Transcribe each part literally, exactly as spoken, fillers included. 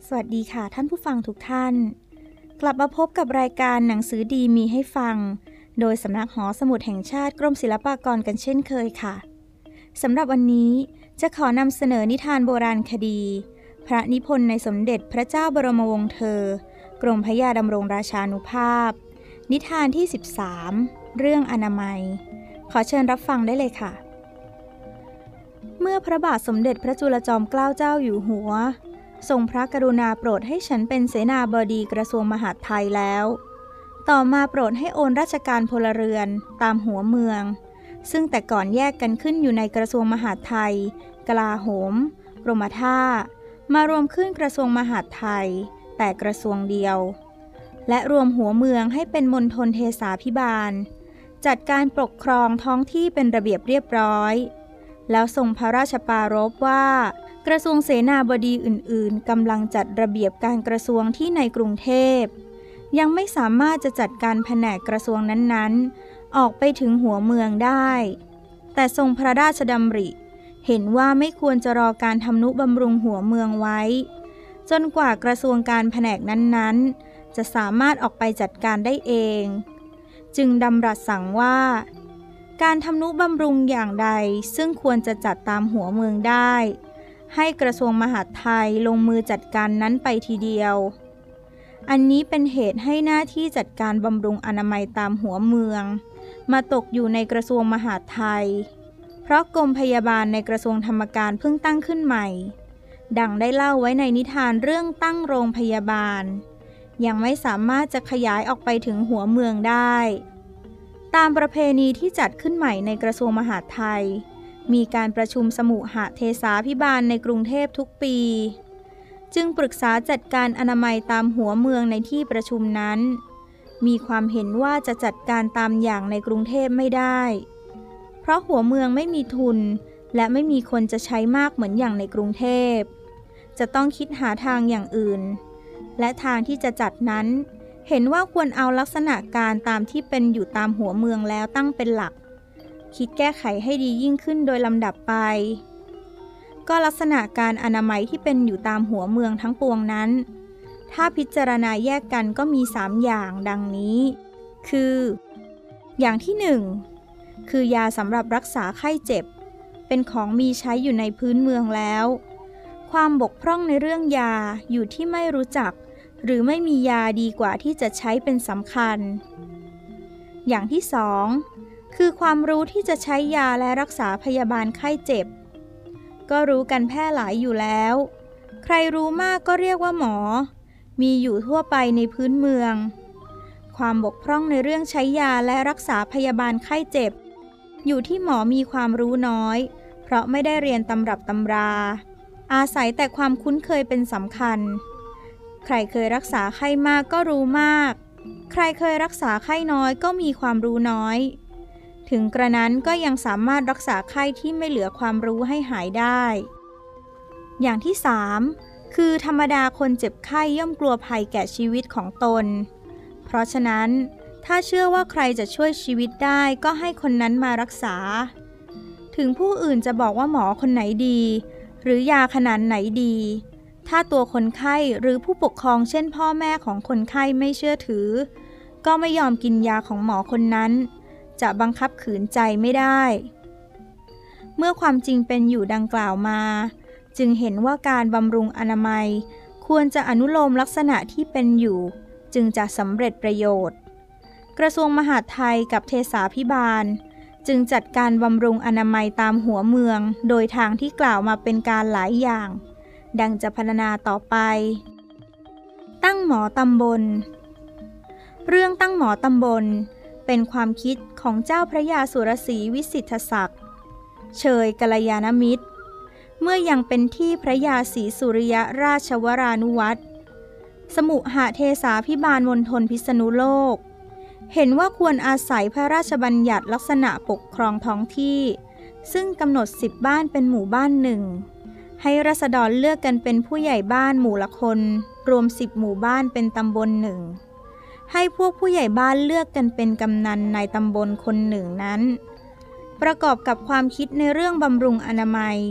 สวัสดีค่ะท่านผู้ฟังทุกท่านกลับมาพบกับรายการหนังสือดีมีให้ฟังโดยสำนักหอสมุดแห่งชาติกรมศิลปากรกันเช่นเคยค่ะสำหรับวันนี้จะขอนำเสนอนิทานโบราณคดีพระนิพนธ์ในสมเด็จพระเจ้าบรมวงศ์เธอกรมพระยาดำรงราชานุภาพนิทานที่สิบสามเรื่องอนามัยขอเชิญรับฟังได้เลยค่ะเมื่อพระบาทสมเด็จพระจุลจอมเกล้าเจ้าอยู่หัวทรงพระกรุณาโปรดให้ฉันเป็นเสนาบดีกระทรวงมหาดไทยแล้วต่อมาโปรดให้โอนราชการพลเรือนตามหัวเมืองซึ่งแต่ก่อนแยกกันขึ้นอยู่ในกระทรวงมหาดไทยกลาโหมกรมท่ามารวมขึ้นกระทรวงมหาดไทยแต่กระทรวงเดียวและรวมหัวเมืองให้เป็นมณฑลเทศาภิบาลจัดการปกครองท้องที่เป็นระเบียบเรียบร้อยแล้วทรงพระราชปรารภว่ากระทรวงเสนาบดีอื่นๆกำลังจัดระเบียบการกระทรวงที่ในกรุงเทพยังไม่สามารถจะจัดการแผนกกระทรวงนั้นๆออกไปถึงหัวเมืองได้แต่ทรงพระราชดำริเห็นว่าไม่ควรจะรอการทำนุบำรุงหัวเมืองไว้จนกว่ากระทรวงการแผนกนั้นๆจะสามารถออกไปจัดการได้เองจึงดำรัสสั่งว่าการทำนุบำรุงอย่างใดซึ่งควรจะจัดตามหัวเมืองได้ให้กระทรวงมหาดไทยลงมือจัดการนั้นไปทีเดียวอันนี้เป็นเหตุให้หน้าที่จัดการบำรุงอนามัยตามหัวเมืองมาตกอยู่ในกระทรวงมหาดไทยเพราะกรมพยาบาลในกระทรวงธรรมการเพิ่งตั้งขึ้นใหม่ดังได้เล่าไว้ในนิทานเรื่องตั้งโรงพยาบาลยังไม่สามารถจะขยายออกไปถึงหัวเมืองได้ตามประเพณีที่จัดขึ้นใหม่ในกระทรวงมหาดไทยมีการประชุมสมุหเทศาภิบาลในกรุงเทพทุกปีจึงปรึกษาจัดการอนามัยตามหัวเมืองในที่ประชุมนั้นมีความเห็นว่าจะจัดการตามอย่างในกรุงเทพไม่ได้เพราะหัวเมืองไม่มีทุนและไม่มีคนจะใช้มากเหมือนอย่างในกรุงเทพจะต้องคิดหาทางอย่างอื่นและทางที่จะจัดนั้นเห็นว่าควรเอาลักษณะการตามที่เป็นอยู่ตามหัวเมืองแล้วตั้งเป็นหลักคิดแก้ไขให้ดียิ่งขึ้นโดยลำดับไปก็ลักษณะการอนามัยที่เป็นอยู่ตามหัวเมืองทั้งปวงนั้นถ้าพิจารณาแยกกันก็มีสามอย่างดังนี้คืออย่างที่หนึ่งคือยาสำหรับรักษาไข้เจ็บเป็นของมีใช้อยู่ในพื้นเมืองแล้วความบกพร่องในเรื่องยาอยู่ที่ไม่รู้จักหรือไม่มียาดีกว่าที่จะใช้เป็นสำคัญอย่างที่สองคือความรู้ที่จะใช้ยาและรักษาพยาบาลไข้เจ็บก็รู้กันแพร่หลายอยู่แล้วใครรู้มากก็เรียกว่าหมอมีอยู่ทั่วไปในพื้นเมืองความบกพร่องในเรื่องใช้ยาและรักษาพยาบาลไข้เจ็บอยู่ที่หมอมีความรู้น้อยเพราะไม่ได้เรียนตำรับตำราอาศัยแต่ความคุ้นเคยเป็นสำคัญใครเคยรักษาไข้มากก็รู้มากใครเคยรักษาไข้น้อยก็มีความรู้น้อยถึงกระนั้นก็ยังสามารถรักษาไข้ที่ไม่เหลือความรู้ให้หายได้อย่างที่สามคือธรรมดาคนเจ็บไข้ย่อมกลัวภัยแก่ชีวิตของตนเพราะฉะนั้นถ้าเชื่อว่าใครจะช่วยชีวิตได้ก็ให้คนนั้นมารักษาถึงผู้อื่นจะบอกว่าหมอคนไหนดีหรือยาขนาดไหนดีถ้าตัวคนไข้หรือผู้ปกครองเช่นพ่อแม่ของคนไข้ไม่เชื่อถือก็ไม่ยอมกินยาของหมอคนนั้นจะบังคับขืนใจไม่ได้เมื่อความจริงเป็นอยู่ดังกล่าวมาจึงเห็นว่าการบำรุงอนามัยควรจะอนุโลมลักษณะที่เป็นอยู่จึงจะสำเร็จประโยชน์กระทรวงมหาดไทยกับเทศาภิบาลจึงจัดการบำรุงอนามัยตามหัวเมืองโดยทางที่กล่าวมาเป็นการหลายอย่างดังจะพรรณนาต่อไปตั้งหมอตำบลเรื่องตั้งหมอตำบลเป็นความคิดของเจ้าพระยาสุรศรีวิสิทธศักดิ์เชยกัลยาณมิตรเมื่อยังเป็นที่พระยาศรีสุริยราชวรานุวัตรสมุหเทศาภิบาลมณฑลพิษณุโลกเห็นว่าควรอาศัยพระราชบัญญัติลักษณะปกครองท้องที่ซึ่งกำหนดสิบบ้านเป็นหมู่บ้านหนึ่งให้ราษฎรเลือกกันเป็นผู้ใหญ่บ้านหมู่ละคนรวมสิบหมู่บ้านเป็นตำบลหนึ่งให้พวกผู้ใหญ่บ้านเลือกกันเป็นกำนันในตำบลคนหนึ่งนั้นประกอบกับความคิดในเรื่องบำรุงอนามัย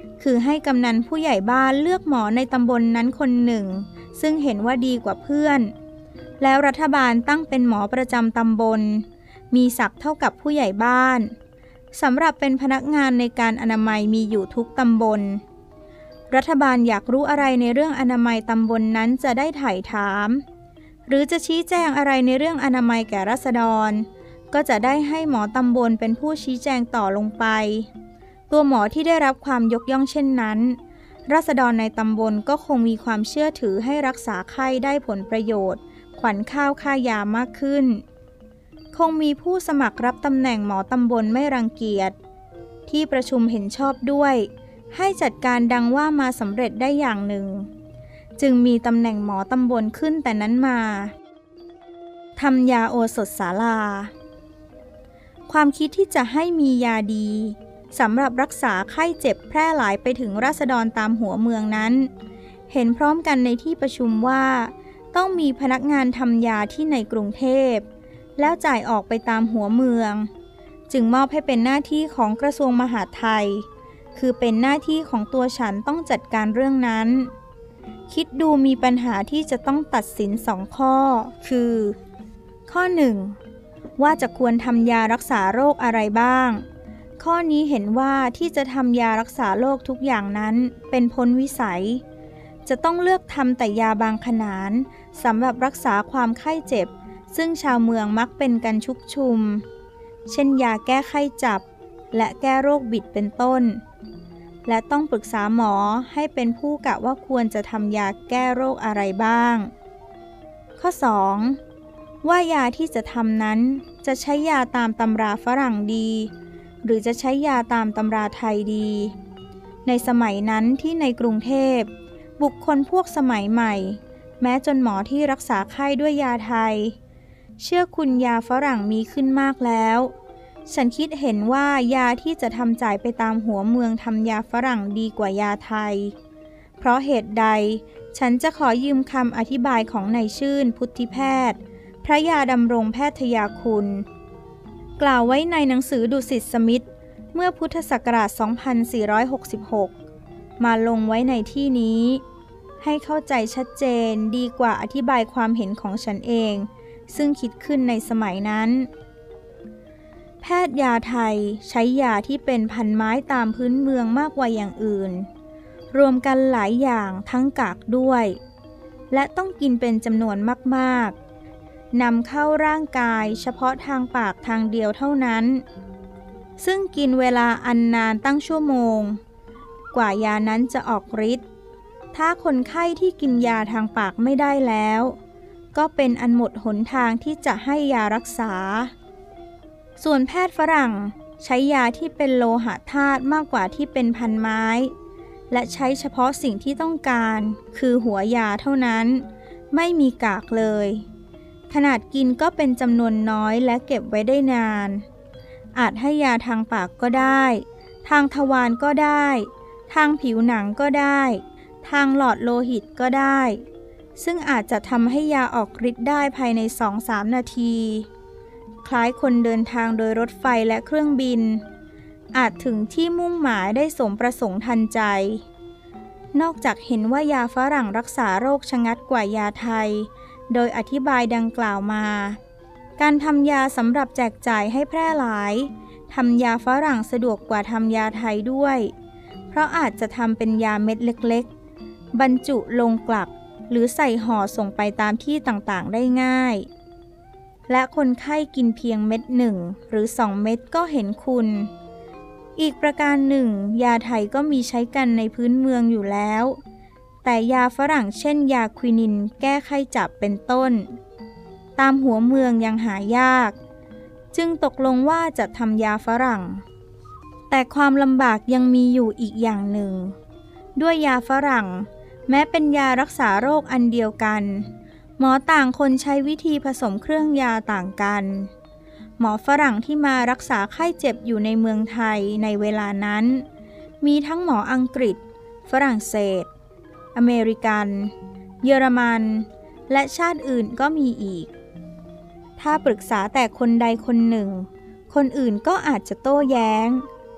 คือให้กำนันผู้ใหญ่บ้านเลือกหมอในตำบลนนั้นคนหนึ่งซึ่งเห็นว่าดีกว่าเพื่อนแล้วรัฐบาลตั้งเป็นหมอประจำตำบลมีศักดิ์เท่ากับผู้ใหญ่บ้านสำหรับเป็นพนักงานในการอนามัยมีอยู่ทุกตำบลรัฐบาลอยากรู้อะไรในเรื่องอนามัยตำบลนนั้นจะได้ไถ่ถามหรือจะชี้แจงอะไรในเรื่องอนามัยแก่ราษฎรก็จะได้ให้หมอตำบลเป็นผู้ชี้แจงต่อลงไปตัวหมอที่ได้รับความยกย่องเช่นนั้นราษฎรในตำบลก็คงมีความเชื่อถือให้รักษาไข้ได้ผลประโยชน์ขวัญข้าวค่ายามากขึ้นคงมีผู้สมัครรับตำแหน่งหมอตำบลไม่รังเกียจที่ประชุมเห็นชอบด้วยให้จัดการดังว่ามาสำเร็จได้อย่างหนึ่งจึงมีตำแหน่งหมอตำบลขึ้นแต่นั้นมาทำยาโอสถศาลาความคิดที่จะให้มียาดีสำหรับรักษาไข้เจ็บแพร่หลายไปถึงราษฎรตามหัวเมืองนั้นเห็นพร้อมกันในที่ประชุมว่าต้องมีพนักงานทำยาที่ในกรุงเทพแล้วจ่ายออกไปตามหัวเมืองจึงมอบให้เป็นหน้าที่ของกระทรวงมหาดไทยคือเป็นหน้าที่ของตัวฉันต้องจัดการเรื่องนั้นคิดดูมีปัญหาที่จะต้องตัดสินสองข้อคือข้อหนึ่งว่าจะควรทำยารักษาโรคอะไรบ้างข้อนี้เห็นว่าที่จะทำยารักษาโรคทุกอย่างนั้นเป็นพ้นวิสัยจะต้องเลือกทำแต่ยาบางขนานสำหรับรักษาความไข้เจ็บซึ่งชาวเมืองมักเป็นกันชุกชุมเช่นยาแก้ไข้จับและแก้โรคบิดเป็นต้นและต้องปรึกษาหมอให้เป็นผู้กะว่าควรจะทำยาแก้โรคอะไรบ้างข้อสองว่ายาที่จะทำนั้นจะใช้ยาตามตำราฝรั่งดีหรือจะใช้ยาตามตำราไทยดีในสมัยนั้นที่ในกรุงเทพบุคคลพวกสมัยใหม่แม้จนหมอที่รักษาไข้ด้วยยาไทยเชื่อคุณยาฝรั่งมีขึ้นมากแล้วฉันคิดเห็นว่ายาที่จะทำจ่ายไปตามหัวเมืองทำยาฝรั่งดีกว่ายาไทยเพราะเหตุใดฉันจะขอยืมคำอธิบายของนายชื่นพุทธิแพทย์พระยาดำรงแพทยาคุณกล่าวไว้ในหนังสือดุสิตสมิทธเมื่อพุทธศักราช สองพันสี่ร้อยหกสิบหก มาลงไว้ในที่นี้ให้เข้าใจชัดเจนดีกว่าอธิบายความเห็นของฉันเองซึ่งคิดขึ้นในสมัยนั้นแพทย์ยาไทยใช้ยาที่เป็นพันไม้ตามพื้นเมืองมากกว่าอย่างอื่นรวมกันหลายอย่างทั้งกากด้วยและต้องกินเป็นจำนวนมากๆนำเข้าร่างกายเฉพาะทางปากทางเดียวเท่านั้นซึ่งกินเวลาอันนานตั้งชั่วโมงกว่ายานั้นจะออกฤทธิ์ถ้าคนไข้ที่กินยาทางปากไม่ได้แล้วก็เป็นอันหมดหนทางที่จะให้ยารักษาส่วนแพทย์ฝรั่งใช้ยาที่เป็นโลหะธาตุมากกว่าที่เป็นพันไม้และใช้เฉพาะสิ่งที่ต้องการคือหัวยาเท่านั้นไม่มีกากเลยขนาดกินก็เป็นจำนวนน้อยและเก็บไว้ได้นานอาจให้ยาทางปากก็ได้ทางทวารก็ได้ทางผิวหนังก็ได้ทางหลอดโลหิตก็ได้ซึ่งอาจจะทำให้ยาออกฤทธิ์ได้ภายใน สองถึงสาม นาทีคล้ายคนเดินทางโดยรถไฟและเครื่องบินอาจถึงที่มุ่งหมายได้สมประสงค์ทันใจนอกจากเห็นว่ายาฝรั่งรักษาโรคชะงัดกว่ายาไทยโดยอธิบายดังกล่าวมาการทำยาสำหรับแจกจ่ายให้แพร่หลายทำยาฝรั่งสะดวกกว่าทำยาไทยด้วยเพราะอาจจะทำเป็นยาเม็ดเล็กๆบรรจุลงกลักหรือใส่ห่อส่งไปตามที่ต่างๆได้ง่ายและคนไข้กินเพียงเม็ดหนึ่งหรือสองเม็ดก็เห็นคุณอีกประการหนึ่งยาไทยก็มีใช้กันในพื้นเมืองอยู่แล้วแต่ยาฝรั่งเช่นยาควินินแก้ไข้จับเป็นต้นตามหัวเมืองยังหายากจึงตกลงว่าจะทำยาฝรั่งแต่ความลำบากยังมีอยู่อีกอย่างหนึ่งด้วยยาฝรั่งแม้เป็นยารักษาโรคอันเดียวกันหมอต่างคนใช้วิธีผสมเครื่องยาต่างกันหมอฝรั่งที่มารักษาไข้เจ็บอยู่ในเมืองไทยในเวลานั้นมีทั้งหมออังกฤษฝรั่งเศสอเมริกันเยอรมันและชาติอื่นก็มีอีกถ้าปรึกษาแต่คนใดคนหนึ่งคนอื่นก็อาจจะโต้แย้ง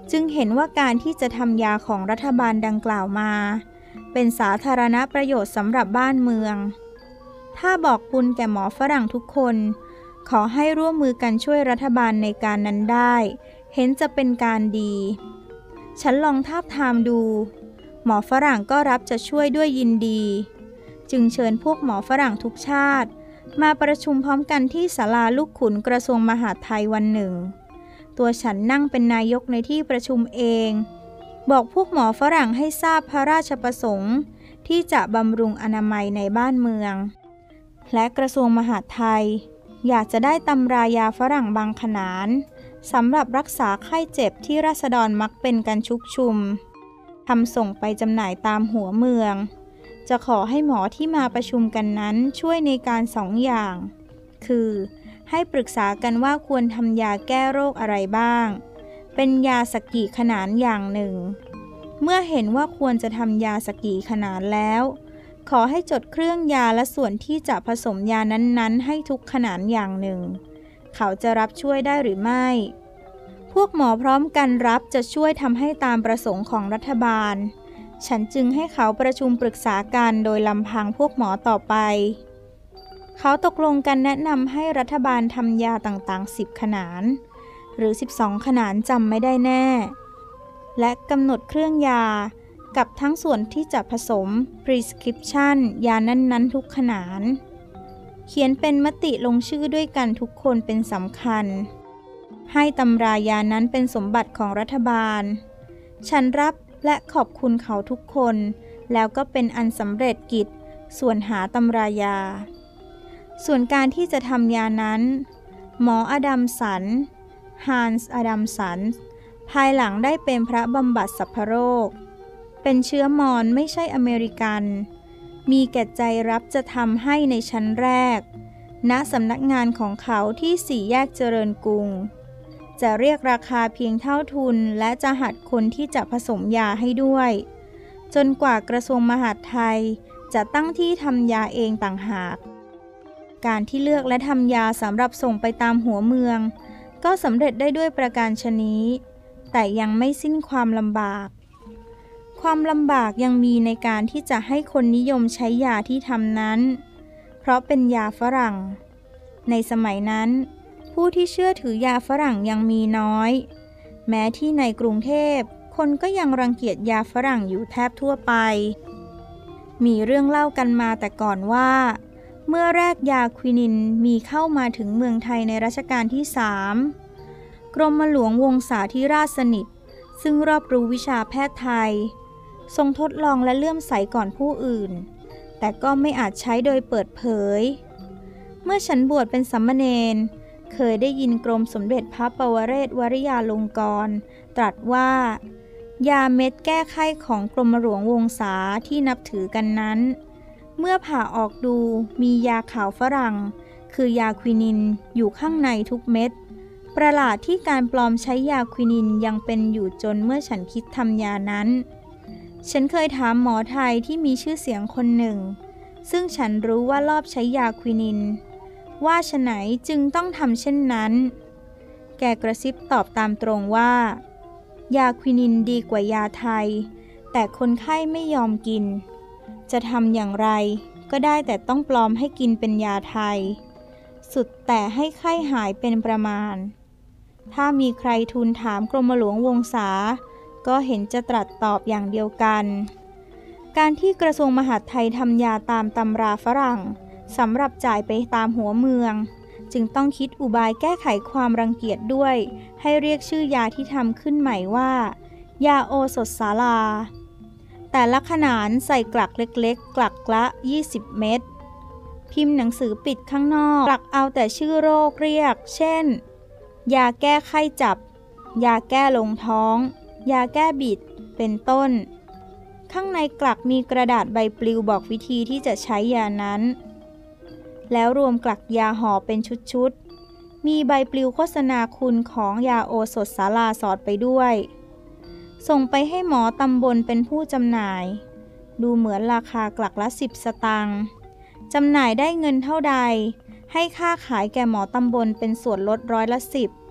จึงเห็นว่าการที่จะทำยาของรัฐบาลดังกล่าวมาเป็นสาธารณประโยชน์สำหรับบ้านเมืองถ้าบอกบุญแก่หมอฝรั่งทุกคนขอให้ร่วมมือกันช่วยรัฐบาลในการนั้นได้เห็นจะเป็นการดีฉันลองทาบทามดูหมอฝรั่งก็รับจะช่วยด้วยยินดีจึงเชิญพวกหมอฝรั่งทุกชาติมาประชุมพร้อมกันที่ศาลาลูกขุนกระทรวงมหาดไทยวันหนึ่งตัวฉันนั่งเป็นนายกในที่ประชุมเองบอกพวกหมอฝรั่งให้ทราบพระราชประสงค์ที่จะบำรุงอนามัยในบ้านเมืองและกระทรวงมหาดไทยอยากจะได้ตำรายาฝรั่งบางขนานสำหรับรักษาไข้เจ็บที่ราษฎรมักเป็นกันชุกชุมทำส่งไปจำหน่ายตามหัวเมืองจะขอให้หมอที่มาประชุมกันนั้นช่วยในการสองอย่างคือให้ปรึกษากันว่าควรทำยาแก้โรคอะไรบ้างเป็นยาสกีขนานอย่างหนึ่งเมื่อเห็นว่าควรจะทำยาสกีขนานแล้วขอให้จดเครื่องยาและส่วนที่จะผสมยานั้นๆให้ทุกขนานอย่างหนึ่งเขาจะรับช่วยได้หรือไม่พวกหมอพร้อมกันรับจะช่วยทำให้ตามประสงค์ของรัฐบาลฉันจึงให้เขาประชุมปรึกษากันโดยลำพังพวกหมอต่อไปเขาตกลงกันแนะนำให้รัฐบาลทำยาต่างๆสิบขนานหรือสิบสองขนานจำไม่ได้แน่และกำหนดเครื่องยากับทั้งส่วนที่จะผสม prescription ยานั้นๆทุกขนานเขียนเป็นมติลงชื่อด้วยกันทุกคนเป็นสำคัญให้ตำรายานั้นเป็นสมบัติของรัฐบาลฉันรับและขอบคุณเขาทุกคนแล้วก็เป็นอันสำเร็จกิจส่วนหาตำรายาส่วนการที่จะทำยานั้นหมออดัมสันฮันส์อดัมสันภายหลังได้เป็นพระบำบัดสัพพโรคเป็นเชื้อมอญไม่ใช่อเมริกันมีแก่ใจรับจะทำให้ในชั้นแรกณสำนักงานของเขาที่สี่แยกเจริญกรุงจะเรียกราคาเพียงเท่าทุนและจะหัดคนที่จะผสมยาให้ด้วยจนกว่ากระทรวงมหาดไทยจะตั้งที่ทำยาเองต่างหากการที่เลือกและทำยาสำหรับส่งไปตามหัวเมืองก็สำเร็จได้ด้วยประการฉะนี้แต่ยังไม่สิ้นความลำบากความลำบากยังมีในการที่จะให้คนนิยมใช้ยาที่ทำนั้นเพราะเป็นยาฝรั่งในสมัยนั้นผู้ที่เชื่อถือยาฝรั่งยังมีน้อยแม้ที่ในกรุงเทพคนก็ยังรังเกียจยาฝรั่งอยู่แทบทั่วไปมีเรื่องเล่ากันมาแต่ก่อนว่าเมื่อแรกยาควินินมีเข้ามาถึงเมืองไทยในรัชกาลที่สามกรมหลวงวงศาธิราชสนิทซึ่งรอบรู้วิชาแพทย์ไทยทรงทดลองและเลื่อมใสก่อนผู้อื่นแต่ก็ไม่อาจใช้โดยเปิดเผยเมื่อฉันบวชเป็นสามเณรเคยได้ยินกรมสมเด็จพระปวเรศวริยาลงกรณ์ตรัสว่ายาเม็ดแก้ไข้ของกรมหลวงวงศาที่นับถือกันนั้นเมื่อผ่าออกดูมียาขาวฝรั่งคือยาควินินอยู่ข้างในทุกเม็ดประหลาดที่การปลอมใช้ยาควินินยังเป็นอยู่จนเมื่อฉันคิดทำยานั้นฉันเคยถามหมอไทยที่มีชื่อเสียงคนหนึ่งซึ่งฉันรู้ว่ารอบใช้ยาควินินว่าฉะไหนจึงต้องทำเช่นนั้นแกกระซิบตอบตามตรงว่ายาควินินดีกว่ายาไทยแต่คนไข้ไม่ยอมกินจะทำอย่างไรก็ได้แต่ต้องปลอมให้กินเป็นยาไทยสุดแต่ให้ไข้หายเป็นประมาณถ้ามีใครทูลถามกรมหลวงวงศาก็เห็นจะตรัสตอบอย่างเดียวกันการที่กระทรวงมหาดไทยทำยาตามตำราฝรั่งสำหรับจ่ายไปตามหัวเมืองจึงต้องคิดอุบายแก้ไขความรังเกียจด้วยให้เรียกชื่อยาที่ทำขึ้นใหม่ว่ายาโอสถสาลาแต่ละขนานใส่กลักเล็กๆกลักละยี่สิบเม็ดพิมพ์หนังสือปิดข้างนอกกลักเอาแต่ชื่อโรคเรียกเช่นยาแก้ไข้จับยาแก้ลงท้องยาแก้บิดเป็นต้นข้างในกลักมีกระดาษใบปลิวบอกวิธีที่จะใช้ยานั้นแล้วรวมกลักยาห่อเป็นชุดๆมีใบปลิวโฆษณาคุณของยาโอสถสาลาสอดไปด้วยส่งไปให้หมอตำบลเป็นผู้จำหน่ายดูเหมือนราคากลักละสิบสตางค์จำหน่ายได้เงินเท่าใดให้ค่าขายแก่หมอตำบลเป็นส่วนลดร้อยละสิบ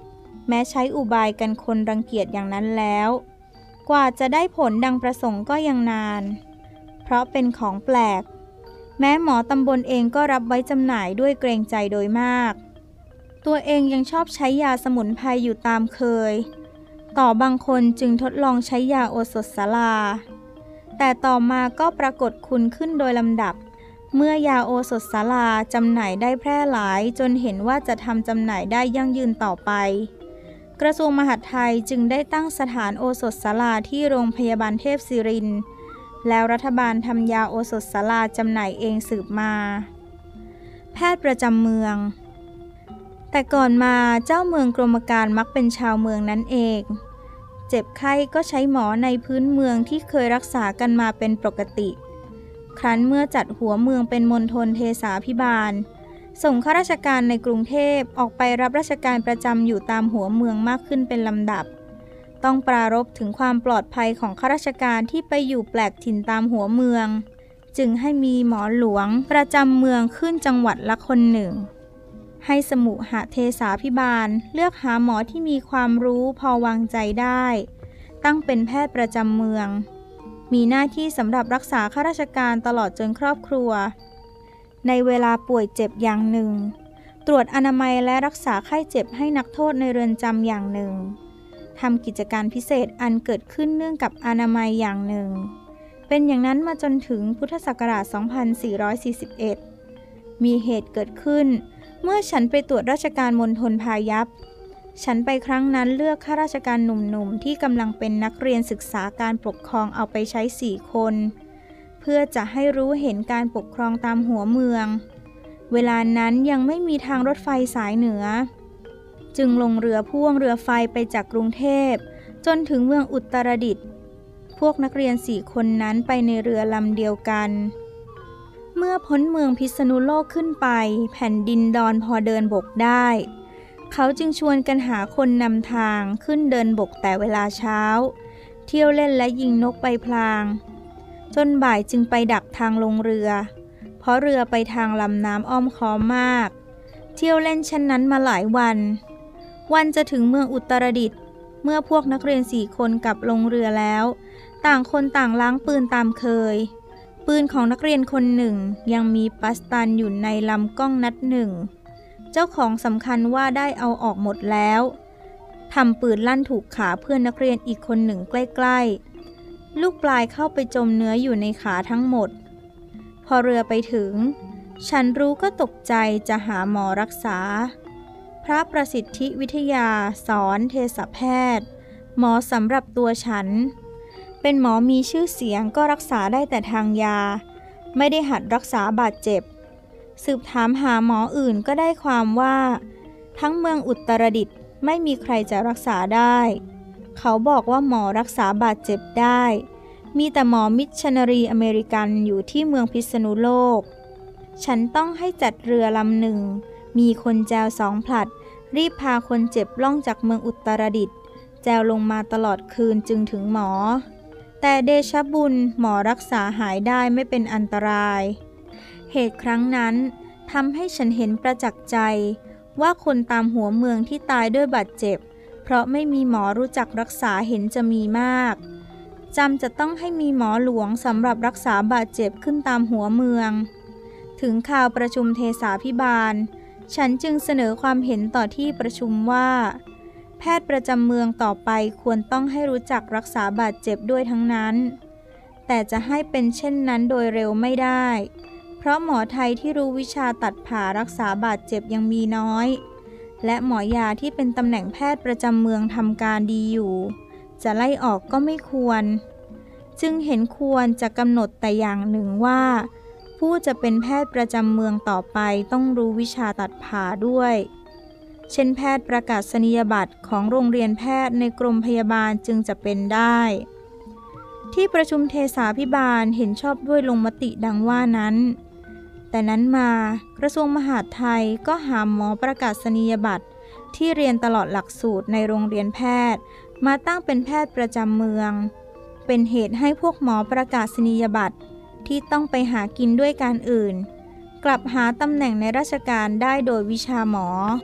แม้ใช้อุบายกันคนรังเกียจอย่างนั้นแล้วกว่าจะได้ผลดังประสงค์ก็ยังนานเพราะเป็นของแปลกแม้หมอตำบลเองก็รับไว้จำหน่ายด้วยเกรงใจโดยมากตัวเองยังชอบใช้ยาสมุนไพรอยู่ตามเคยต่อบางคนจึงทดลองใช้ยาโอสถสาราแต่ต่อมาก็ปรากฏคุณขึ้นโดยลำดับเมื่อยาโอสถสาราจำหน่ายได้แพร่หลายจนเห็นว่าจะทำจำหน่ายได้ยั่งยืนต่อไปกระทรวงมหาดไทยจึงได้ตั้งสถานโอสถสาราที่โรงพยาบาลเทพศิรินทร์แล้วรัฐบาลทำยาโอสถสาราจำหน่ายเองสืบมาแพทย์ประจำเมืองแต่ก่อนมาเจ้าเมืองกรมการมักเป็นชาวเมืองนั่นเองเจ็บไข้ก็ใช้หมอในพื้นเมืองที่เคยรักษากันมาเป็นปกติครั้นเมื่อจัดหัวเมืองเป็นมณฑลเทศาภิบาลส่งข้าราชการในกรุงเทพออกไปรับราชการประจำอยู่ตามหัวเมืองมากขึ้นเป็นลำดับต้องปรารภถึงความปลอดภัยของข้าราชการที่ไปอยู่แปลกถิ่นตามหัวเมืองจึงให้มีหมอหลวงประจำเมืองขึ้นจังหวัดละคนหนึ่งให้สมุหเทศาภิบาลเลือกหาหมอที่มีความรู้พอวางใจได้ตั้งเป็นแพทย์ประจำเมืองมีหน้าที่สำหรับรักษาข้าราชการตลอดจนครอบครัวในเวลาป่วยเจ็บอย่างหนึ่งตรวจอนามัยและรักษาไข้เจ็บให้นักโทษในเรือนจำอย่างหนึ่งทำกิจการพิเศษอันเกิดขึ้นเนื่องกับอนามัยอย่างหนึ่งเป็นอย่างนั้นมาจนถึงพุทธศักราช สองพันสี่ร้อยสี่สิบเอ็ด มีเหตุเกิดขึ้นเมื่อฉันไปตรวจราชการมณฑลพายัพฉันไปครั้งนั้นเลือกข้าราชการหนุ่มๆที่กำลังเป็นนักเรียนศึกษาการปกครองเอาไปใช้สี่คนเพื่อจะให้รู้เห็นการปกครองตามหัวเมืองเวลานั้นยังไม่มีทางรถไฟสายเหนือจึงลงเรือพ่วงเรือไฟไปจากกรุงเทพจนถึงเมืองอุตรดิตถ์พวกนักเรียนสี่คนนั้นไปในเรือลำเดียวกันเมื่อพ้นเมืองพิษณุโลกขึ้นไปแผ่นดินดอนพอเดินบกได้เขาจึงชวนกันหาคนนำทางขึ้นเดินบกแต่เวลาเช้าเที่ยวเล่นและยิงนกไปพลางจนบ่ายจึงไปดักทางลงเรือเพราะเรือไปทางลำน้ำอ้อมค้อมมากเที่ยวเล่นเช่นนั้นมาหลายวันวันจะถึงเมืองอุตรดิตถ์เมื่อพวกนักเรียนสี่คนกลับลงเรือแล้วต่างคนต่างล้างปืนตามเคยปืนของนักเรียนคนหนึ่งยังมีปัสตันอยู่ในลำกล้องนัดหนึ่งเจ้าของสำคัญว่าได้เอาออกหมดแล้วทำปืนลั่นถูกขาเพื่อนนักเรียนอีกคนหนึ่งใกล้ๆลูกปลายเข้าไปจมเนื้ออยู่ในขาทั้งหมดพอเรือไปถึงฉันรู้ก็ตกใจจะหาหมอรักษาพระประสิทธิวิทยาสอนเภสัชแพทย์หมอสำหรับตัวฉันเป็นหมอมีชื่อเสียงก็รักษาได้แต่ทางยาไม่ได้หัดรักษาบาดเจ็บสืบถามหาหมออื่นก็ได้ความว่าทั้งเมืองอุตรดิตถ์ไม่มีใครจะรักษาได้เขาบอกว่าหมอรักษาบาดเจ็บได้มีแต่หมอมิชชันนารีอเมริกันอยู่ที่เมืองพิษณุโลกฉันต้องให้จัดเรือลำหนึ่งมีคนแจวสองผลัดรีบพาคนเจ็บล่องจากเมืองอุตรดิตถ์แจวลงมาตลอดคืนจึงถึงหมอแต่เดชะบุญหมอรักษาหายได้ไม่เป็นอันตรายเหตุครั้งนั้นทำให้ฉันเห็นประจักษ์ใจว่าคนตามหัวเมืองที่ตายด้วยบาดเจ็บเพราะไม่มีหมอรู้จักรักษาเห็นจะมีมากจำจะต้องให้มีหมอหลวงสำหรับรักษาบาดเจ็บขึ้นตามหัวเมืองถึงข่าวประชุมเทศาภิบาลฉันจึงเสนอความเห็นต่อที่ประชุมว่าแพทย์ประจำเมืองต่อไปควรต้องให้รู้จักรักษาบาดเจ็บด้วยทั้งนั้นแต่จะให้เป็นเช่นนั้นโดยเร็วไม่ได้เพราะหมอไทยที่รู้วิชาตัดผ่ารักษาบาดเจ็บยังมีน้อยและหมอยาที่เป็นตำแหน่งแพทย์ประจำเมืองทำการดีอยู่จะไล่ออกก็ไม่ควรจึงเห็นควรจะกำหนดแต่อย่างหนึ่งว่าผู้จะเป็นแพทย์ประจำเมืองต่อไปต้องรู้วิชาตัดผ่าด้วยเช่นแพทย์ประกาศนียบัตรของโรงเรียนแพทย์ในกรมพยาบาลจึงจะเป็นได้ที่ประชุมเทศาภิบาลเห็นชอบด้วยลงมติดังว่านั้นแต่นั้นมากระทรวงมหาดไทยก็หาหมอประกาศนียบัตรที่เรียนตลอดหลักสูตรในโรงเรียนแพทย์มาตั้งเป็นแพทย์ประจำเมืองเป็นเหตุให้พวกหมอประกาศนียบัตรที่ต้องไปหากินด้วยการอื่นกลับหาตำแหน่งในราชการได้โดยวิชาหมอ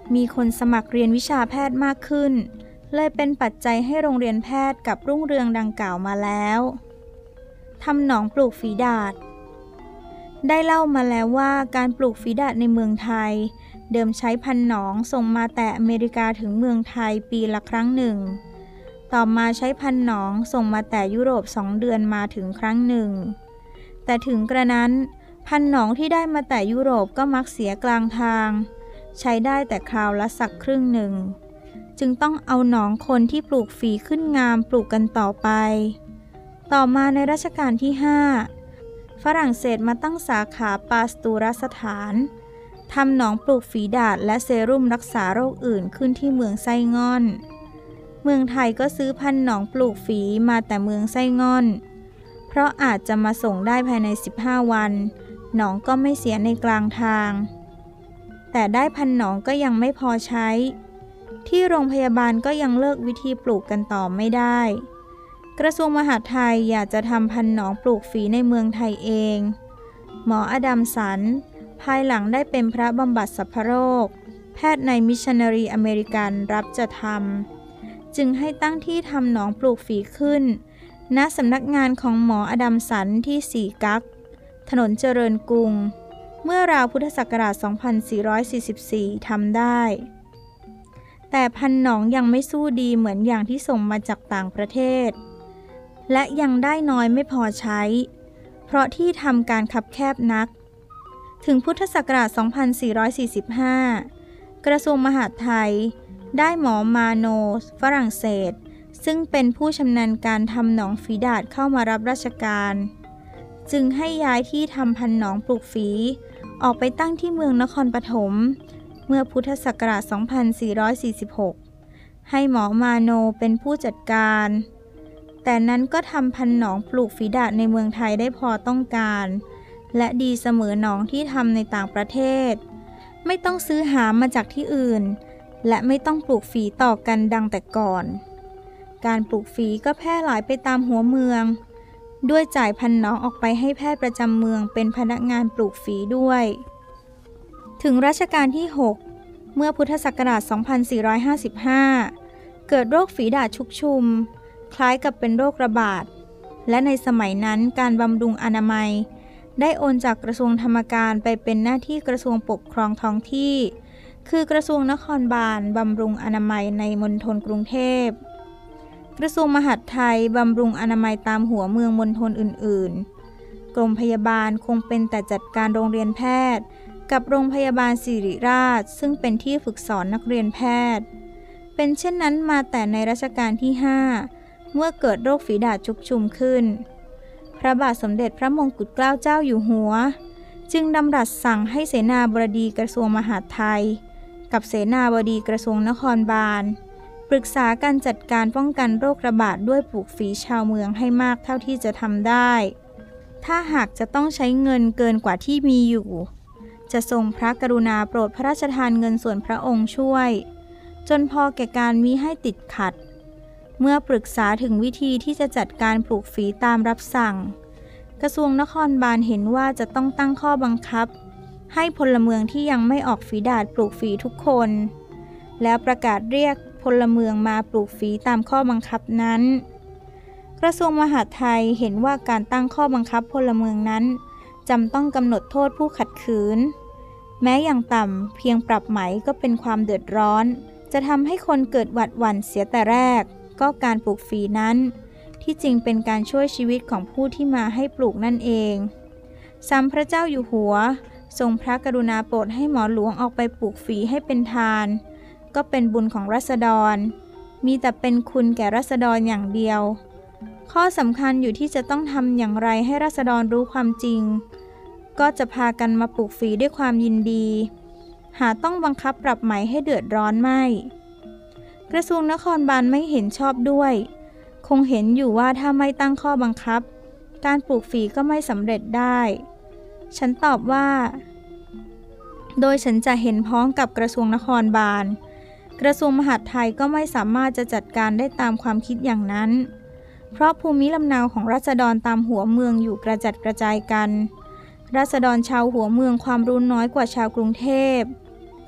มีคนสมัครเรียนวิชาแพทย์มากขึ้นเลยเป็นปัจจัยให้โรงเรียนแพทย์กับรุ่งเรืองดังกล่าวมาแล้วทำหนองปลูกฝีดาษได้เล่ามาแล้วว่าการปลูกฝีดาษในเมืองไทยเดิมใช้พันธุ์หนองส่งมาแต่อเมริกาถึงเมืองไทยปีละครั้งหนึ่งต่อมาใช้พันธุ์หนองส่งมาแต่ยุโรปสองเดือนมาถึงครั้งหนึ่งแต่ถึงกระนั้นพันธุ์หนองที่ได้มาแต่ยุโรปก็มักเสียกลางทางใช้ได้แต่คราวละสักครึ่งหนึ่งจึงต้องเอาหนองคนที่ปลูกฝีขึ้นงามปลูกกันต่อไปต่อมาในรัชกาลที่ห้าฝรั่งเศสมาตั้งสาขาปาสตูรสถานทำหนองปลูกฝีดาษและเซรุ่มรักษาโรคอื่นขึ้นที่เมืองไส้ง่อนเมืองไทยก็ซื้อพันธุ์หนองปลูกฝีมาแต่เมืองไส้ง่อนเพราะอาจจะมาส่งได้ภายในสิบห้าวันหนองก็ไม่เสียในกลางทางแต่ได้พันธุ์หนองก็ยังไม่พอใช้ที่โรงพยาบาลก็ยังเลิกวิธีปลูกกันต่อไม่ได้กระทรวงมหาดไทยอยากจะทำพันธุ์หนองปลูกฝีในเมืองไทยเองหมออดัมสันภายหลังได้เป็นพระบำบัดสัพพโรคแพทย์ในมิชชันนารีอเมริกันรับจะทำจึงให้ตั้งที่ทำหนองปลูกฝีขึ้นณสำนักงานของหมออดัมสันที่สี่กั๊กถนนเจริญกรุงเมื่อราวพุทธศักราชสองพันสี่ร้อยสี่สิบสี่ทำได้แต่พันหนองยังไม่สู้ดีเหมือนอย่างที่ส่งมาจากต่างประเทศและยังได้น้อยไม่พอใช้เพราะที่ทำการคับแคบนักถึงพุทธศักราชสองพันสี่ร้อยสี่สิบห้ากระทรวงมหาดไทยได้หมอมาโนฝรั่งเศสซึ่งเป็นผู้ชำนาญการทำหนองฝีดาษเข้ามารับราชการจึงให้ย้ายที่ทำพันหนองปลูกฝีออกไปตั้งที่เมืองนครปฐมเมื่อพุทธศักราชสองพันสี่ร้อยสี่สิบหกให้หมอมาโนเป็นผู้จัดการแต่นั้นก็ทำพันหนองปลูกฝีดาษในเมืองไทยได้พอต้องการและดีเสมอหนองที่ทำในต่างประเทศไม่ต้องซื้อหามาจากที่อื่นและไม่ต้องปลูกฝีต่อกันดังแต่ก่อนการปลูกฝีก็แพร่หลายไปตามหัวเมืองด้วยจ่ายพันหนองออกไปให้แพทย์ประจำเมืองเป็นพนักงานปลูกฝีด้วยถึงรัชกาลที่หกเมื่อพุทธศักราชสองพันสี่ร้อยห้าสิบห้าเกิดโรคฝีดาษชุกชุมคล้ายกับเป็นโรคระบาดและในสมัยนั้นการบำรุงอนามัยได้โอนจากกระทรวงธรรมการไปเป็นหน้าที่กระทรวงปกครองท้องที่คือกระทรวงนครบาลบำรุงอนามัยในมณฑลกรุงเทพกระทรวงมหาดไทยบำรุงอนามัยตามหัวเมืองมณฑลอื่นๆกรมพยาบาลคงเป็นแต่จัดการโรงเรียนแพทย์กับโรงพยาบาลศิริราชซึ่งเป็นที่ฝึกสอนนักเรียนแพทย์เป็นเช่นนั้นมาแต่ในรัชกาลที่ห้าเมื่อเกิดโรคฝีดาษชุกชุมขึ้นพระบาทสมเด็จพระมงกุฎเกล้าเจ้าอยู่หัวจึงดำรัสสั่งให้เสนาบดีกระทรวงมหาดไทยกับเสนาบดีกระทรวงนครบาลปรึกษาการจัดการป้องกันโรคระบาดด้วยปลูกฝีชาวเมืองให้มากเท่าที่จะทำได้ถ้าหากจะต้องใช้เงินเกินกว่าที่มีอยู่จะทรงพระกรุณาโปรดพระราชทานเงินส่วนพระองค์ช่วยจนพอแก่การมิให้ติดขัดเมื่อปรึกษาถึงวิธีที่จะจัดการปลูกฝีตามรับสั่งกระทรวงนครบาลเห็นว่าจะต้องตั้งข้อบังคับให้พลเมืองที่ยังไม่ออกฝีดาษปลูกฝีทุกคนแล้วประกาศเรียกพลเมืองมาปลูกฝีตามข้อบังคับนั้นกระทรวงมหาดไทยเห็นว่าการตั้งข้อบังคับพลเมืองนั้นจำต้องกำหนดโทษผู้ขัดขืนแม้อย่างต่ำเพียงปรับไหมก็เป็นความเดือดร้อนจะทำให้คนเกิดหวาดหวั่นเสียแต่แรกก็การปลูกฝีนั้นที่จริงเป็นการช่วยชีวิตของผู้ที่มาให้ปลูกนั่นเองซ้ำพระเจ้าอยู่หัวทรงพระกรุณาโปรดให้หมอหลวงออกไปปลูกฝีให้เป็นทานก็เป็นบุญของราษฎรมีแต่เป็นคุณแก่ราษฎรอย่างเดียวข้อสำคัญอยู่ที่จะต้องทำอย่างไรให้ราษฎรรู้ความจริงก็จะพากันมาปลูกฝีด้วยความยินดีหาต้องบังคับปรับไหมให้เดือดร้อนไม่กระทรวงนครบาลไม่เห็นชอบด้วยคงเห็นอยู่ว่าถ้าไม่ตั้งข้อบังคับการปลูกฝีก็ไม่สำเร็จได้ฉันตอบว่าโดยฉันจะเห็นพ้องกับกระทรวงนครบาลกระทรวงมหาดไทยก็ไม่สามารถจะจัดการได้ตามความคิดอย่างนั้นเพราะภูมิลำเนาของราษฎรตามหัวเมืองอยู่กระจัดกระจายกันราษฎรชาวหัวเมืองความรู้น้อยกว่าชาวกรุงเทพภ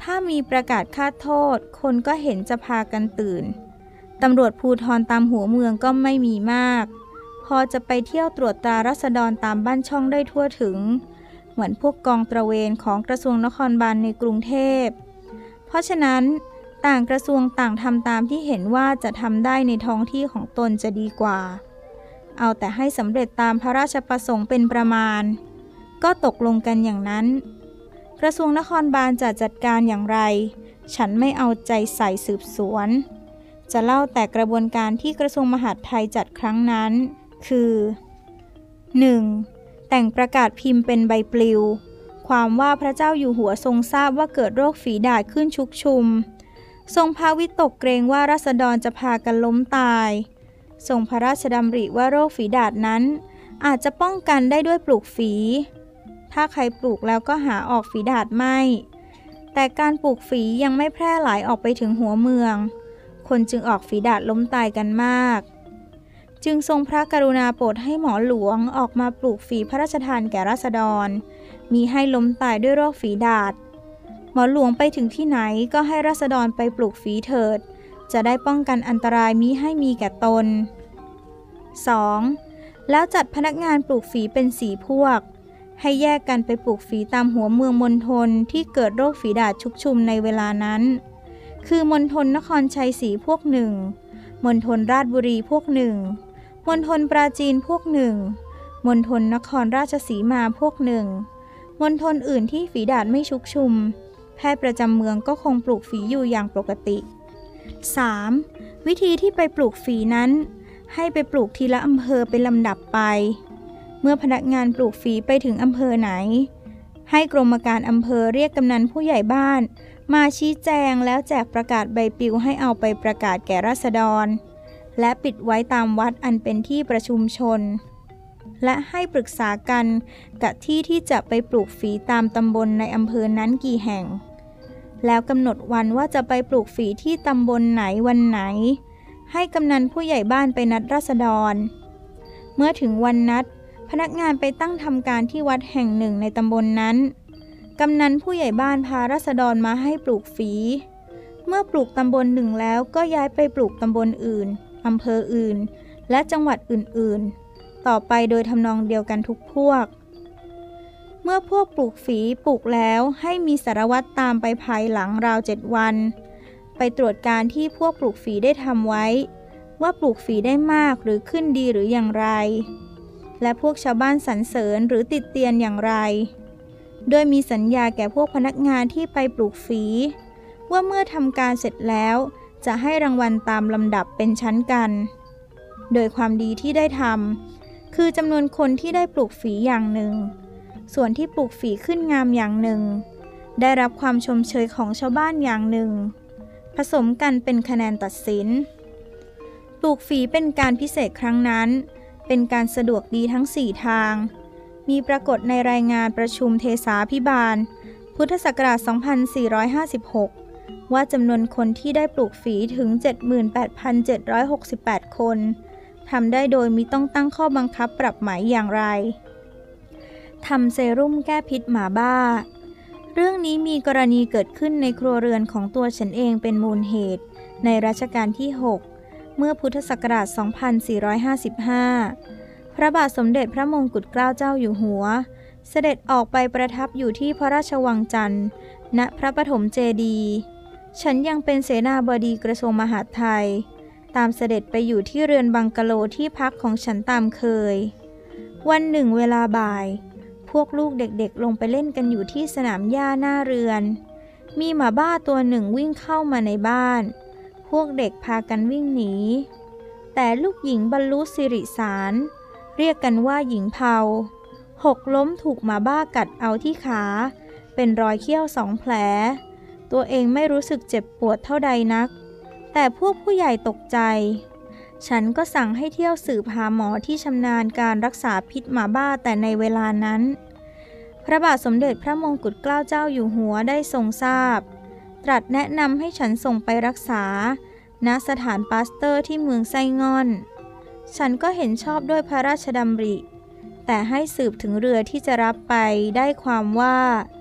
ถ้ามีประกาศฆาตโทษคนก็เห็นจะพากันตื่นตำรวจภูธรตามหัวเมืองก็ไม่มีมากพอจะไปเที่ยวตรวจตราราษฎรตามบ้านช่องได้ทั่วถึงเหมือนพวกกองตระเวนของกระทรวงนครบาลในกรุงเทพเพราะฉะนั้นต่างกระทรวงต่างทำตามที่เห็นว่าจะทำได้ในท้องที่ของตนจะดีกว่าเอาแต่ให้สำเร็จตามพระราชประสงค์เป็นประมาณก็ตกลงกันอย่างนั้นกระทรวงนครบาลจะจัดการอย่างไรฉันไม่เอาใจใส่สืบสวนจะเล่าแต่กระบวนการที่กระทรวงมหาดไทยจัดครั้งนั้นคือ หนึ่ง. แต่งประกาศพิมพ์เป็นใบปลิวความว่าพระเจ้าอยู่หัวทรงทราบว่าเกิดโรคฝีดาษขึ้นชุกชุมทรงพาวิตกเกรงว่าราษฎรจะพากันล้มตายทรงพระราชดำริว่าโรคฝีดาษนั้นอาจจะป้องกันได้ด้วยปลูกฝีถ้าใครปลูกแล้วก็หาออกฝีดาษไม่แต่การปลูกฝียังไม่แพร่หลายออกไปถึงหัวเมืองคนจึงออกฝีดาษล้มตายกันมากจึงทรงพระกรุณาโปรดให้หมอหลวงออกมาปลูกฝีพระราชทานแก่ราษฎรมีให้ล้มตายด้วยโรคฝีดาษหมอหลวงไปถึงที่ไหนก็ให้ราษฎรไปปลูกฝีเถิดจะได้ป้องกันอันตรายมิให้มีแก่ตน สอง. แล้วจัดพนักงานปลูกฝีเป็นสี่พวกให้แยกกันไปปลูกฝีตามหัวเมืองมณฑลที่เกิดโรคฝีดาษชุกชุมในเวลานั้นคือมณฑลนครชัยศรีพวกหนึ่งมณฑลราชบุรีพวกหนึ่งมณฑลปราจีนพวกหนึ่งมณฑลนครราชสีมาพวกหนึ่งมณฑลอื่นที่ฝีดาษไม่ชุกชุมแพทย์ประจำเมืองก็คงปลูกฝีอยู่อย่างปกติ สาม. วิธีที่ไปปลูกฝีนั้นให้ไปปลูกทีละอำเภอเป็นลำดับไปเมื่อพนักงานปลูกฝีไปถึงอำเภอไหนให้กรมการอำเภอเรียกกำนันผู้ใหญ่บ้านมาชี้แจงแล้วแจกประกาศใบปลิวให้เอาไปประกาศแก่ราษฎรและปิดไว้ตามวัดอันเป็นที่ประชุมชนและให้ปรึกษากันกับที่ที่จะไปปลูกฝีตามตำบลในอำเภอนั้นกี่แห่งแล้วกำหนดวันว่าจะไปปลูกฝีที่ตำบลไหนวันไหนให้กำนันผู้ใหญ่บ้านไปนัดราษฎรเมื่อถึงวันนัดพนักงานไปตั้งทำการที่วัดแห่งหนึ่งในตำบลนั้นกำนันผู้ใหญ่บ้านพาราษฎรมาให้ปลูกฝีเมื่อปลูกตำบลหนึ่งแล้วก็ย้ายไปปลูกตำบลอื่นอำเภออื่นและจังหวัดอื่นๆต่อไปโดยทำนองเดียวกันทุกพวกเมื่อพวกปลูกฝีปลูกแล้วให้มีสารวัตรตามไปภายหลังราวเจ็ดวันไปตรวจการที่พวกปลูกฝีได้ทำไว้ว่าปลูกฝีได้มากหรือขึ้นดีหรืออย่างไรและพวกชาวบ้านสรรเสริญหรือติดเตียนอย่างไรโดยมีสัญญาแก่พวกพนักงานที่ไปปลูกฝีว่าเมื่อทำการเสร็จแล้วจะให้รางวัลตามลำดับเป็นชั้นกันโดยความดีที่ได้ทำคือจำนวนคนที่ได้ปลูกฝีอย่างหนึ่งส่วนที่ปลูกฝีขึ้นงามอย่างหนึ่งได้รับความชมเชยของชาวบ้านอย่างหนึ่งผสมกันเป็นคะแนนตัดสินปลูกฝีเป็นการพิเศษครั้งนั้นเป็นการสะดวกดีทั้งสี่ทางมีปรากฏในรายงานประชุมเทศาภิบาลพุทธศักราช สองพันสี่ร้อยห้าสิบหก ว่าจำนวนคนที่ได้ปลูกฝีถึง เจ็ดหมื่นแปดพันเจ็ดร้อยหกสิบแปด คนทำได้โดยมิต้องตั้งข้อบังคับปรับหมายอย่างไรทำเซรุ่มแก้พิษหมาบ้าเรื่องนี้มีกรณีเกิดขึ้นในครัวเรือนของตัวฉันเองเป็นมูลเหตุในรัชกาลที่ หก เมื่อพุทธศักราช สองพันสี่ร้อยห้าสิบห้า พระบาทสมเด็จพระมงกุฎเกล้าเจ้าอยู่หัวเสด็จออกไปประทับอยู่ที่พระราชวังจันทร์ณพระปฐมเจดีย์ฉันยังเป็นเสนาบดีกระทรวงมหาดไทยตามเสด็จไปอยู่ที่เรือนบังกะโลที่พักของฉันตามเคยวันหนึ่งเวลาบ่ายพวกลูกเด็กๆลงไปเล่นกันอยู่ที่สนามหญ้าหน้าเรือนมีหมาบ้าตัวหนึ่งวิ่งเข้ามาในบ้านพวกเด็กพากันวิ่งหนีแต่ลูกหญิงบรรลุสิริสารเรียกกันว่าหญิงเผาหกล้มถูกหมาบ้ากัดเอาที่ขาเป็นรอยเขี้ยวสองแผลตัวเองไม่รู้สึกเจ็บปวดเท่าใดนักแต่พวกผู้ใหญ่ตกใจฉันก็สั่งให้เที่ยวสืบหาหมอที่ชำนาญการรักษาพิษหมาบ้าแต่ในเวลานั้นพระบาทสมเด็จพระมงกุฎเกล้าเจ้าอยู่หัวได้ทรงทราบตรัสแนะนำให้ฉันส่งไปรักษาณสถานปาสเตอร์ที่เมืองไส้ง่อนฉันก็เห็นชอบด้วยพระราชดำริแต่ให้สืบถึงเรือที่จะรับไปได้ความว่า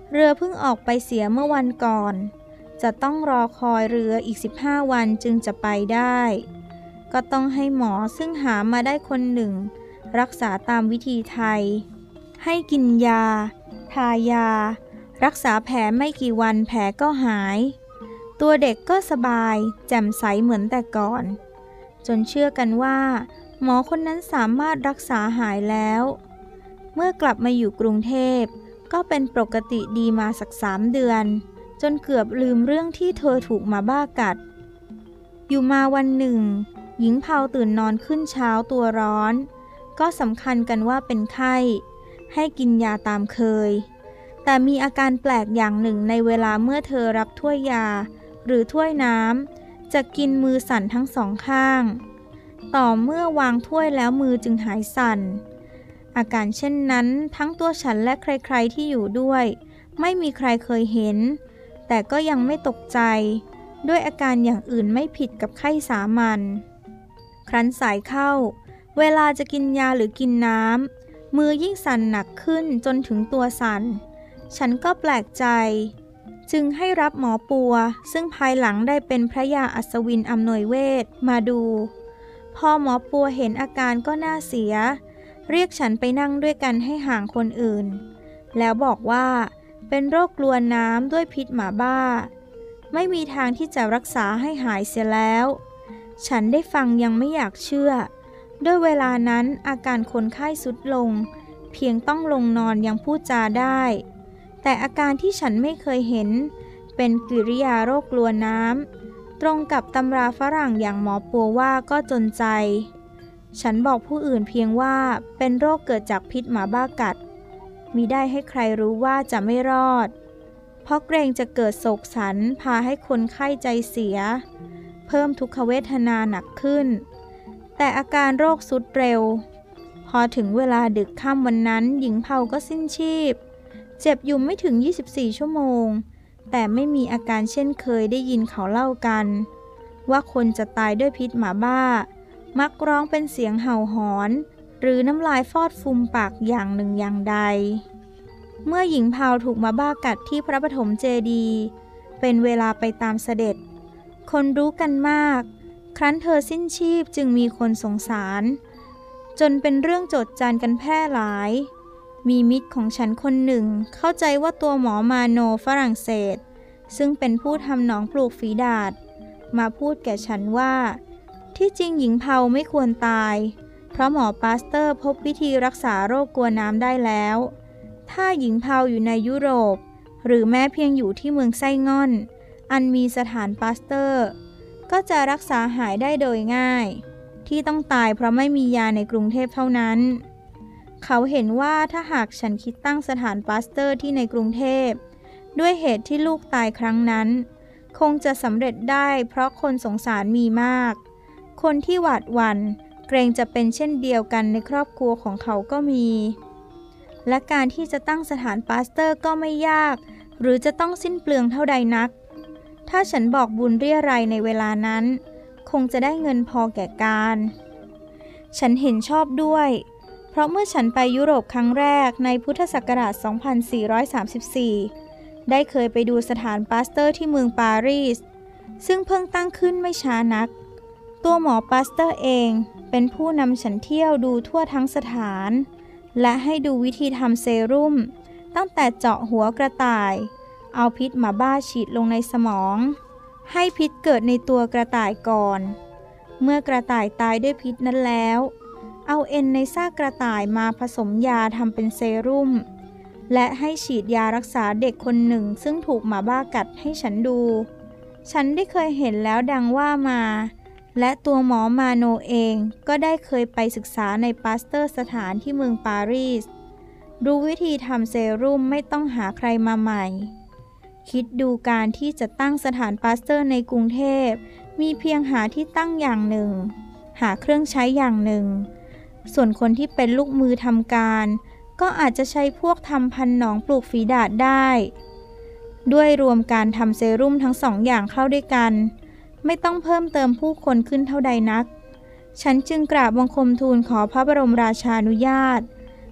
เรือเพิ่งออกไปเสียเมื่อวันก่อนจะต้องรอคอยเรืออีกสิบห้าวันจึงจะไปได้ก็ต้องให้หมอซึ่งหามาได้คนหนึ่งรักษาตามวิธีไทยให้กินยาทายารักษาแผลไม่กี่วันแผลก็หายตัวเด็กก็สบายแจ่มใสเหมือนแต่ก่อนจนเชื่อกันว่าหมอคนนั้นสามารถรักษาหายแล้วเมื่อกลับมาอยู่กรุงเทพก็เป็นปกติดีมาสักสามเดือนจนเกือบลืมเรื่องที่เธอถูกหมาบ้ากัดอยู่มาวันหนึ่งหญิงเผาตื่นนอนขึ้นเช้าตัวร้อนก็สำคัญกันว่าเป็นไข้ให้กินยาตามเคยแต่มีอาการแปลกอย่างหนึ่งในเวลาเมื่อเธอรับถ้วยยาหรือถ้วยน้ำจะกินมือสั่นทั้งสองข้างต่อเมื่อวางถ้วยแล้วมือจึงหายสั่นอาการเช่นนั้นทั้งตัวฉันและใครๆที่อยู่ด้วยไม่มีใครเคยเห็นแต่ก็ยังไม่ตกใจด้วยอาการอย่างอื่นไม่ผิดกับไข้สามัญครั้นสายเข้าเวลาจะกินยาหรือกินน้ำมือยิ่งสั่นหนักขึ้นจนถึงตัวสั่นฉันก็แปลกใจจึงให้รับหมอปัวซึ่งภายหลังได้เป็นพระยาอัศวินอำนวยเวทมาดูพอหมอปัวเห็นอาการก็น่าเสียเรียกฉันไปนั่งด้วยกันให้ห่างคนอื่นแล้วบอกว่าเป็นโรคกลัวน้ำด้วยพิษหมาบ้าไม่มีทางที่จะรักษาให้หายเสียแล้วฉันได้ฟังยังไม่อยากเชื่อด้วยเวลานั้นอาการคนไข้ทรุดลงเพียงต้องลงนอนยังพูดจาได้แต่อาการที่ฉันไม่เคยเห็นเป็นกิริยาโรคกลัวน้ำตรงกับตำราฝรั่งอย่างหมอปัวว่าก็จนใจฉันบอกผู้อื่นเพียงว่าเป็นโรคเกิดจากพิษหมาบ้ากัดมิได้ให้ใครรู้ว่าจะไม่รอดเพราะเกรงจะเกิดโศกสันพาให้คนไข้ใจเสียเพิ่มทุกขเวทนาหนักขึ้นแต่อาการโรคทรุดเร็วพอถึงเวลาดึกค่ำวันนั้นหญิงเผาก็สิ้นชีพเจ็บอยู่ไม่ถึงยี่สิบสี่ชั่วโมงแต่ไม่มีอาการเช่นเคยได้ยินเขาเล่ากันว่าคนจะตายด้วยพิษหมาบ้ามักร้องเป็นเสียงเห่าหอนหรือน้ำลายฟอดฟูมปากอย่างหนึ่งอย่างใดเมื่อหญิงเผาถูกหมาบ้ากัดที่พระปฐมเจดีย์เป็นเวลาไปตามเสด็จคนรู้กันมากครั้นเธอสิ้นชีพจึงมีคนสงสารจนเป็นเรื่องโจษจันกันแพร่หลายมีมิตรของฉันคนหนึ่งเข้าใจว่าตัวหมอมาโนฝรั่งเศสซึ่งเป็นผู้ทำหนองปลูกฝีดาษมาพูดแก่ฉันว่าที่จริงหญิงเผาไม่ควรตายเพราะหมอปาสเตอร์พบวิธีรักษาโรคกลัวน้ำได้แล้วถ้าหญิงเผาอยู่ในยุโรปหรือแม้เพียงอยู่ที่เมืองไส้ง่อนอันมีสถานปาสเตอร์ก็จะรักษาหายได้โดยง่ายที่ต้องตายเพราะไม่มียาในกรุงเทพเท่านั้นเขาเห็นว่าถ้าหากฉันคิดตั้งสถานปาสเตอร์ที่ในกรุงเทพด้วยเหตุที่ลูกตายครั้งนั้นคงจะสำเร็จได้เพราะคนสงสารมีมากคนที่หวาดหวั่นเกรงจะเป็นเช่นเดียวกันในครอบครัวของเขาก็มีและการที่จะตั้งสถานปาสเตอร์ก็ไม่ยากหรือจะต้องสิ้นเปลืองเท่าใดนักถ้าฉันบอกบุญเรี่ยไรในเวลานั้นคงจะได้เงินพอแก่การฉันเห็นชอบด้วยเพราะเมื่อฉันไปยุโรปครั้งแรกในพุทธศักราช สองพันสี่ร้อยสามสิบสี่ ได้เคยไปดูสถานปาสเตอร์ที่เมืองปารีสซึ่งเพิ่งตั้งขึ้นไม่ช้านักตัวหมอปาสเตอร์เองเป็นผู้นำฉันเที่ยวดูทั่วทั้งสถานและให้ดูวิธีทำเซรุ่มตั้งแต่เจาะหัวกระต่ายเอาพิษหมาบ้าฉีดลงในสมองให้พิษเกิดในตัวกระต่ายก่อนเมื่อกระต่ายตายด้วยพิษนั้นแล้วเอาเอ็นในซากกระต่ายมาผสมยาทำเป็นเซรุ่มและให้ฉีดยารักษาเด็กคนหนึ่งซึ่งถูกหมาบ้ากัดให้ฉันดูฉันได้เคยเห็นแล้วดังว่ามาและตัวหมอมาโนเองก็ได้เคยไปศึกษาในปาสเตอร์สถานที่เมืองปารีสรู้วิธีทำเซรุ่มไม่ต้องหาใครมาใหม่คิดดูการที่จะตั้งสถานปาสเตอร์ในกรุงเทพมีเพียงหาที่ตั้งอย่างหนึ่งหาเครื่องใช้อย่างหนึ่งส่วนคนที่เป็นลูกมือทำการก็อาจจะใช้พวกทำพันหนองปลูกฝีดาษได้ด้วยรวมการทำเซรุ่มทั้งสองอย่างเข้าด้วยกันไม่ต้องเพิ่มเติมผู้คนขึ้นเท่าใดนักฉันจึงกราบบังคมทูลขอพระบรมราชานุญาต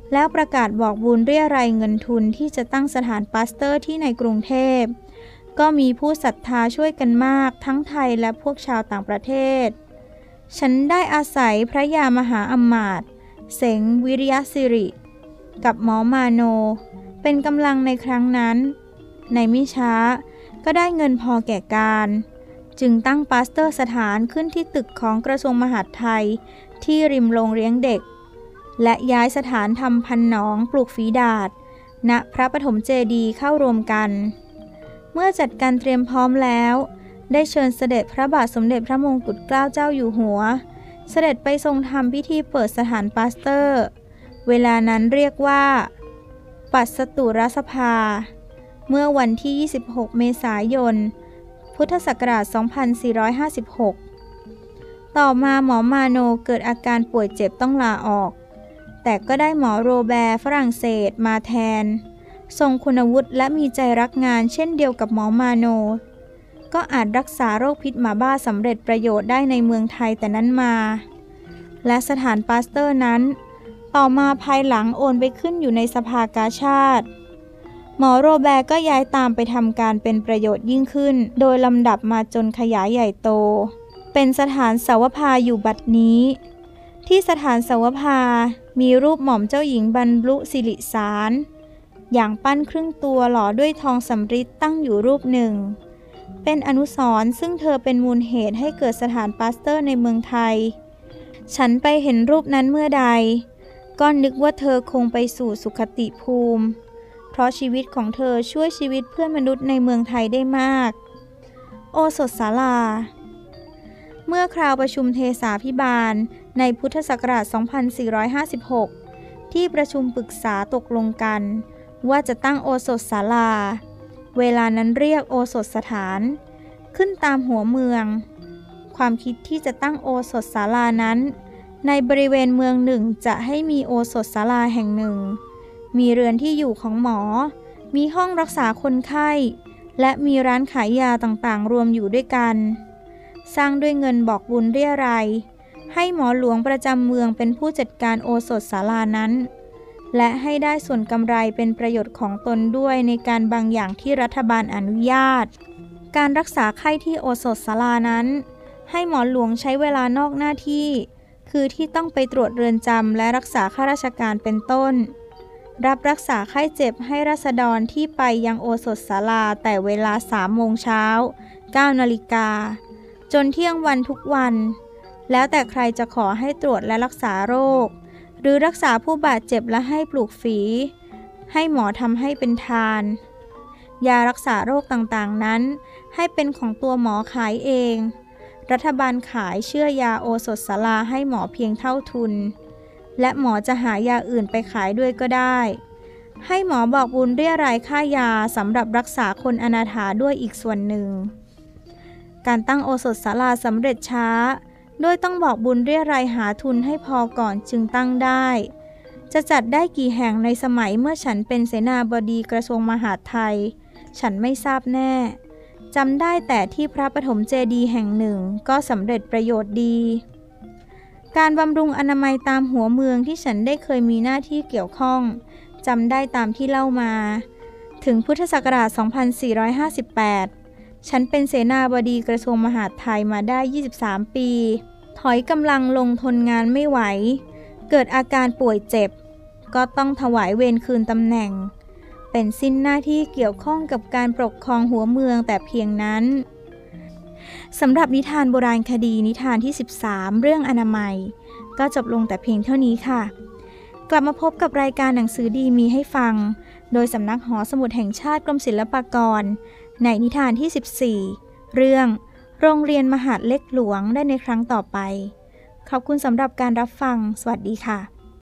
แล้วประกาศบอกบุญเรี่ยไรเงินทุนที่จะตั้งสถานปาสเตอร์ที่ในกรุงเทพก็มีผู้ศรัทธาช่วยกันมากทั้งไทยและพวกชาวต่างประเทศฉันได้อาศัยพระยามหาอมาตย์เสงวิริยสิริกับหมอมาโนเป็นกำลังในครั้งนั้นในไม่ช้าก็ได้เงินพอแก่การจึงตั้งปาสเตอร์สถานขึ้นที่ตึกของกระทรวงมหาดไทยที่ริมโรงเลี้ยงเด็กและย้ายสถานทำพันหนองปลูกฝีดาษณพระปฐมเจดีย์เข้ารวมกันเมื่อจัดการเตรียมพร้อมแล้วได้เชิญเสด็จพระบาทสมเด็จพระมงกุฎเกล้าเจ้าอยู่หัวเสด็จไปทรงทำพิธีเปิดสถานปาสเตอร์เวลานั้นเรียกว่าปัสตุรสภาเมื่อวันที่ยี่สิบหกเมษายนพุทธศักราชสองพันสี่ร้อยห้าสิบหกต่อมาหมอมาโนเกิดอาการป่วยเจ็บต้องลาออกแต่ก็ได้หมอโรแบร์ฝรั่งเศสมาแทนทรงคุณวุฒิและมีใจรักงานเช่นเดียวกับหมอมาโนก็อาจรักษาโรคพิษหมาบ้าสำเร็จประโยชน์ได้ในเมืองไทยแต่นั้นมาและสถานปาสเตอร์นั้นต่อมาภายหลังโอนไปขึ้นอยู่ในสภากาชาดหมอโรแบร์ก็ย้ายตามไปทำการเป็นประโยชน์ยิ่งขึ้นโดยลำดับมาจนขยายใหญ่โตเป็นสถานสาวภาอยู่บัดนี้ที่สถานสาวภามีรูปหม่อมเจ้าหญิงบรรลุสิริสารอย่างปั้นครึ่งตัวหล่อด้วยทองสำริดตั้งอยู่รูปหนึ่งเป็นอนุสรณ์ซึ่งเธอเป็นมูลเหตุให้เกิดสถานปาสเตอร์ในเมืองไทยฉันไปเห็นรูปนั้นเมื่อใดก็นึกว่าเธอคงไปสู่สุคติภูมิเพราะชีวิตของเธอช่วยชีวิตเพื่อนมนุษย์ในเมืองไทยได้มากโอสถศาลาเมื่อคราวประชุมเทศาภิบาลในพุทธศักราชสองพันสี่ร้อยห้าสิบหกที่ประชุมปรึกษาตกลงกันว่าจะตั้งโอสถศาลาเวลานั้นเรียกโอสถสถานขึ้นตามหัวเมืองความคิดที่จะตั้งโอสถศาลานั้นในบริเวณเมืองหนึ่งจะให้มีโอสถศาลาแห่งหนึ่งมีเรือนที่อยู่ของหมอมีห้องรักษาคนไข้และมีร้านขายยาต่างๆรวมอยู่ด้วยกันสร้างด้วยเงินบอกบุญเรี่ยไรให้หมอหลวงประจำเมืองเป็นผู้จัดการโอสถศาลานั้นและให้ได้ส่วนกำไรเป็นประโยชน์ของตนด้วยในการบางอย่างที่รัฐบาลอนุญาตการรักษาไข้ที่โอสถศาลานั้นให้หมอหลวงใช้เวลานอกหน้าที่คือที่ต้องไปตรวจเรือนจำและรักษาข้าราชการเป็นต้นรับรักษาไข้เจ็บให้ราษฎรที่ไปยังโอสถศาลาแต่เวลาสามโมงเช้าเก้านาฬิกาจนเที่ยงวันทุกวันแล้วแต่ใครจะขอให้ตรวจและรักษาโรคหรือรักษาผู้บาดเจ็บและให้ปลูกฝีให้หมอทำให้เป็นทานยารักษาโรคต่างๆนั้นให้เป็นของตัวหมอขายเองรัฐบาลขายเชื่อยาโอสถศาลาให้หมอเพียงเท่าทุนและหมอจะหายาอื่นไปขายด้วยก็ได้ให้หมอบอกบุญเรี่ยรายค่ายาสำหรับรักษาคนอนาถาด้วยอีกส่วนหนึ่งการตั้งโอสถศาลาสำเร็จช้าโดยต้องบอกบุญเรี่ยรายหาทุนให้พอก่อนจึงตั้งได้จะจัดได้กี่แห่งในสมัยเมื่อฉันเป็นเสนาบดีกระทรวงมหาดไทยฉันไม่ทราบแน่จำได้แต่ที่พระปฐมเจดีย์แห่งหนึ่งก็สำเร็จประโยชน์ดีการบำรุงอนามัยตามหัวเมืองที่ฉันได้เคยมีหน้าที่เกี่ยวข้องจำได้ตามที่เล่ามาถึงพุทธศักราชสองพันสี่ร้อยห้าสิบแปดฉันเป็นเสนาบดีกระทรวงมหาดไทยมาได้ยี่สิบสามปีถอยกำลังลงทนงานไม่ไหวเกิดอาการป่วยเจ็บก็ต้องถวายเวรคืนตำแหน่งเป็นสิ้นหน้าที่เกี่ยวข้องกับการปกครองหัวเมืองแต่เพียงนั้นสำหรับนิทานโบราณคดีนิทานที่สิบสามเรื่องอนามัยก็จบลงแต่เพียงเท่านี้ค่ะกลับมาพบกับรายการหนังสือดีมีให้ฟังโดยสำนักหอสมุดแห่งชาติกรมศิลปากรในนิทานที่สิบสี่เรื่องโรงเรียนมหาดเล็กหลวงได้ในครั้งต่อไปขอบคุณสำหรับการรับฟังสวัสดีค่ะ